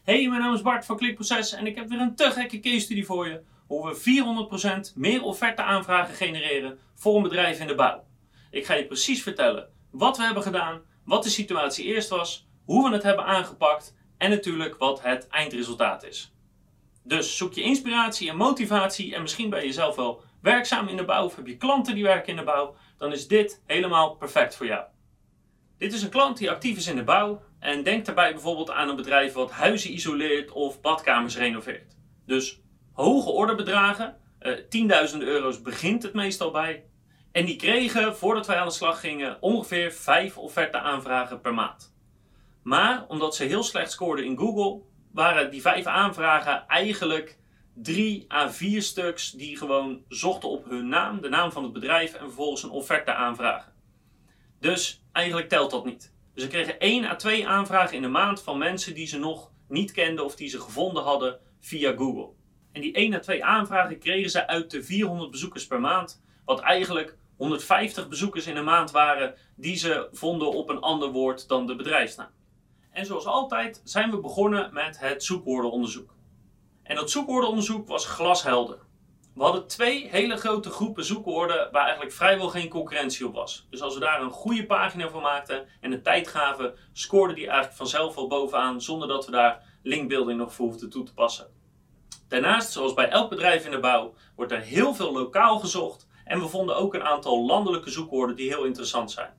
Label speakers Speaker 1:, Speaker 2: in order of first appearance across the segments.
Speaker 1: Hey, mijn naam is Bart van Klikproces en ik heb weer een te gekke case study voor je. Hoe we 400% meer offerte-aanvragen genereren voor een bedrijf in de bouw. Ik ga je precies vertellen wat we hebben gedaan, wat de situatie eerst was, hoe we het hebben aangepakt en natuurlijk wat het eindresultaat is. Dus zoek je inspiratie en motivatie en misschien ben je zelf wel werkzaam in de bouw of heb je klanten die werken in de bouw, dan is dit helemaal perfect voor jou. Dit is een klant die actief is in de bouw en denk daarbij bijvoorbeeld aan een bedrijf wat huizen isoleert of badkamers renoveert. Dus hoge orderbedragen, tienduizenden euro's begint het meestal bij. En die kregen, voordat wij aan de slag gingen, ongeveer 5 offerte-aanvragen per maand. Maar omdat ze heel slecht scoorden in Google, waren die 5 aanvragen eigenlijk 3 à 4 stuks die gewoon zochten op hun naam, de naam van het bedrijf en vervolgens een offerte aanvragen. Dus eigenlijk telt dat niet. Dus ze kregen 1 à 2 aanvragen in de maand van mensen die ze nog niet kenden of die ze gevonden hadden via Google. En die 1 à 2 aanvragen kregen ze uit de 400 bezoekers per maand, wat eigenlijk 150 bezoekers in een maand waren die ze vonden op een ander woord dan de bedrijfsnaam. En zoals altijd zijn we begonnen met het zoekwoordenonderzoek. En dat zoekwoordenonderzoek was glashelder. We hadden 2 hele grote groepen zoekwoorden waar eigenlijk vrijwel geen concurrentie op was. Dus als we daar een goede pagina voor maakten en de tijd gaven, scoorde die eigenlijk vanzelf wel bovenaan zonder dat we daar linkbuilding nog voor hoefden toe te passen. Daarnaast, zoals bij elk bedrijf in de bouw, wordt er heel veel lokaal gezocht en we vonden ook een aantal landelijke zoekwoorden die heel interessant zijn.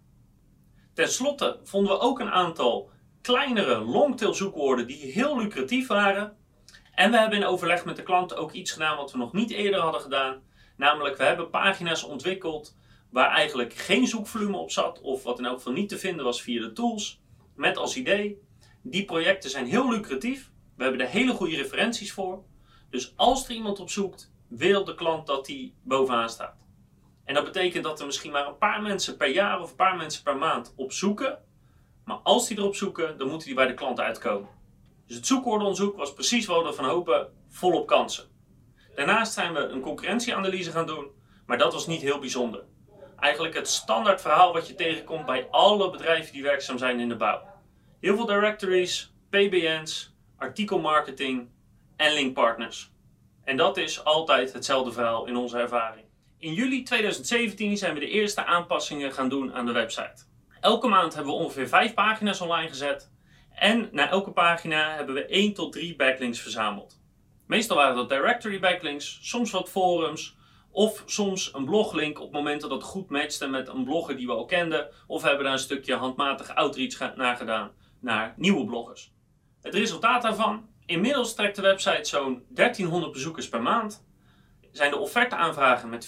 Speaker 1: Ten slotte vonden we ook een aantal kleinere longtail zoekwoorden die heel lucratief waren. En we hebben in overleg met de klant ook iets gedaan wat we nog niet eerder hadden gedaan. Namelijk, we hebben pagina's ontwikkeld waar eigenlijk geen zoekvolume op zat. Of wat in elk geval niet te vinden was via de tools. Met als idee, die projecten zijn heel lucratief. We hebben er hele goede referenties voor. Dus als er iemand op zoekt, wil de klant dat die bovenaan staat. En dat betekent dat er misschien maar een paar mensen per jaar of een paar mensen per maand op zoeken. Maar als die erop zoeken, dan moeten die bij de klant uitkomen. Dus het zoekwoordenonderzoek was precies wat we ervan hopen, volop kansen. Daarnaast zijn we een concurrentieanalyse gaan doen, maar dat was niet heel bijzonder. Eigenlijk het standaard verhaal wat je tegenkomt bij alle bedrijven die werkzaam zijn in de bouw. Heel veel directories, PBN's, artikelmarketing en linkpartners. En dat is altijd hetzelfde verhaal in onze ervaring. In juli 2017 zijn we de eerste aanpassingen gaan doen aan de website. Elke maand hebben we ongeveer 5 pagina's online gezet. En na elke pagina hebben we 1 tot 3 backlinks verzameld. Meestal waren dat directory backlinks, soms wat forums of soms een bloglink op momenten dat het goed matchte met een blogger die we al kenden. Of we hebben daar een stukje handmatige outreach naar gedaan naar nieuwe bloggers. Het resultaat daarvan, inmiddels trekt de website zo'n 1300 bezoekers per maand. Zijn de offerteaanvragen met 400%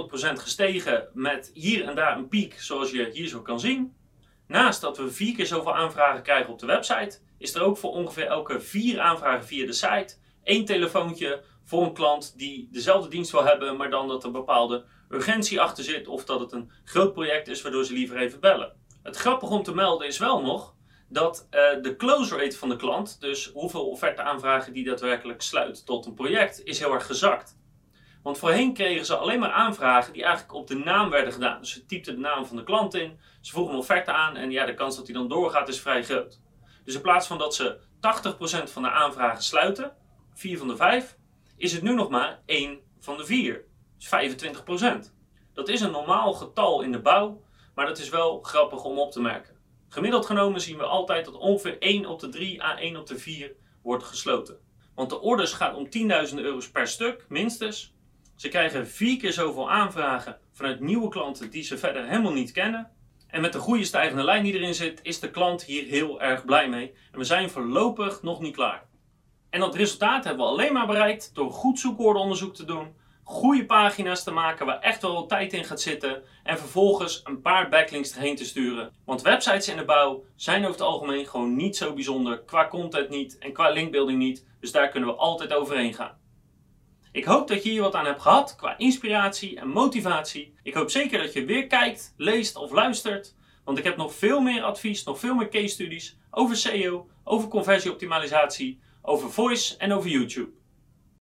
Speaker 1: gestegen met hier en daar een piek zoals je hier zo kan zien. Naast dat we 4 keer zoveel aanvragen krijgen op de website, is er ook voor ongeveer elke 4 aanvragen via de site 1 telefoontje voor een klant die dezelfde dienst wil hebben, maar dan dat er bepaalde urgentie achter zit of dat het een groot project is waardoor ze liever even bellen. Het grappige om te melden is wel nog dat de close rate van de klant, dus hoeveel offerteaanvragen die daadwerkelijk sluit tot een project, is heel erg gezakt. Want voorheen kregen ze alleen maar aanvragen die eigenlijk op de naam werden gedaan. Dus ze typten de naam van de klant in, ze vroegen een offerte aan en ja, de kans dat die dan doorgaat is vrij groot. Dus in plaats van dat ze 80% van de aanvragen sluiten, 4 van de 5, is het nu nog maar 1 van de 4. Dus 25%. Dat is een normaal getal in de bouw, maar dat is wel grappig om op te merken. Gemiddeld genomen zien we altijd dat ongeveer 1 op de 3 à 1 op de 4 wordt gesloten. Want de orders gaan om 10.000 euro's per stuk, minstens. Ze krijgen 4 keer zoveel aanvragen vanuit nieuwe klanten die ze verder helemaal niet kennen. En met de goede stijgende lijn die erin zit, is de klant hier heel erg blij mee. En we zijn voorlopig nog niet klaar. En dat resultaat hebben we alleen maar bereikt door goed zoekwoordenonderzoek te doen, goede pagina's te maken waar echt wel wat tijd in gaat zitten en vervolgens een paar backlinks erheen te sturen. Want websites in de bouw zijn over het algemeen gewoon niet zo bijzonder, qua content niet en qua linkbuilding niet. Dus daar kunnen we altijd overheen gaan. Ik hoop dat je hier wat aan hebt gehad qua inspiratie en motivatie. Ik hoop zeker dat je weer kijkt, leest of luistert. Want ik heb nog veel meer advies, nog veel meer case studies over SEO, over conversieoptimalisatie, over voice en over YouTube.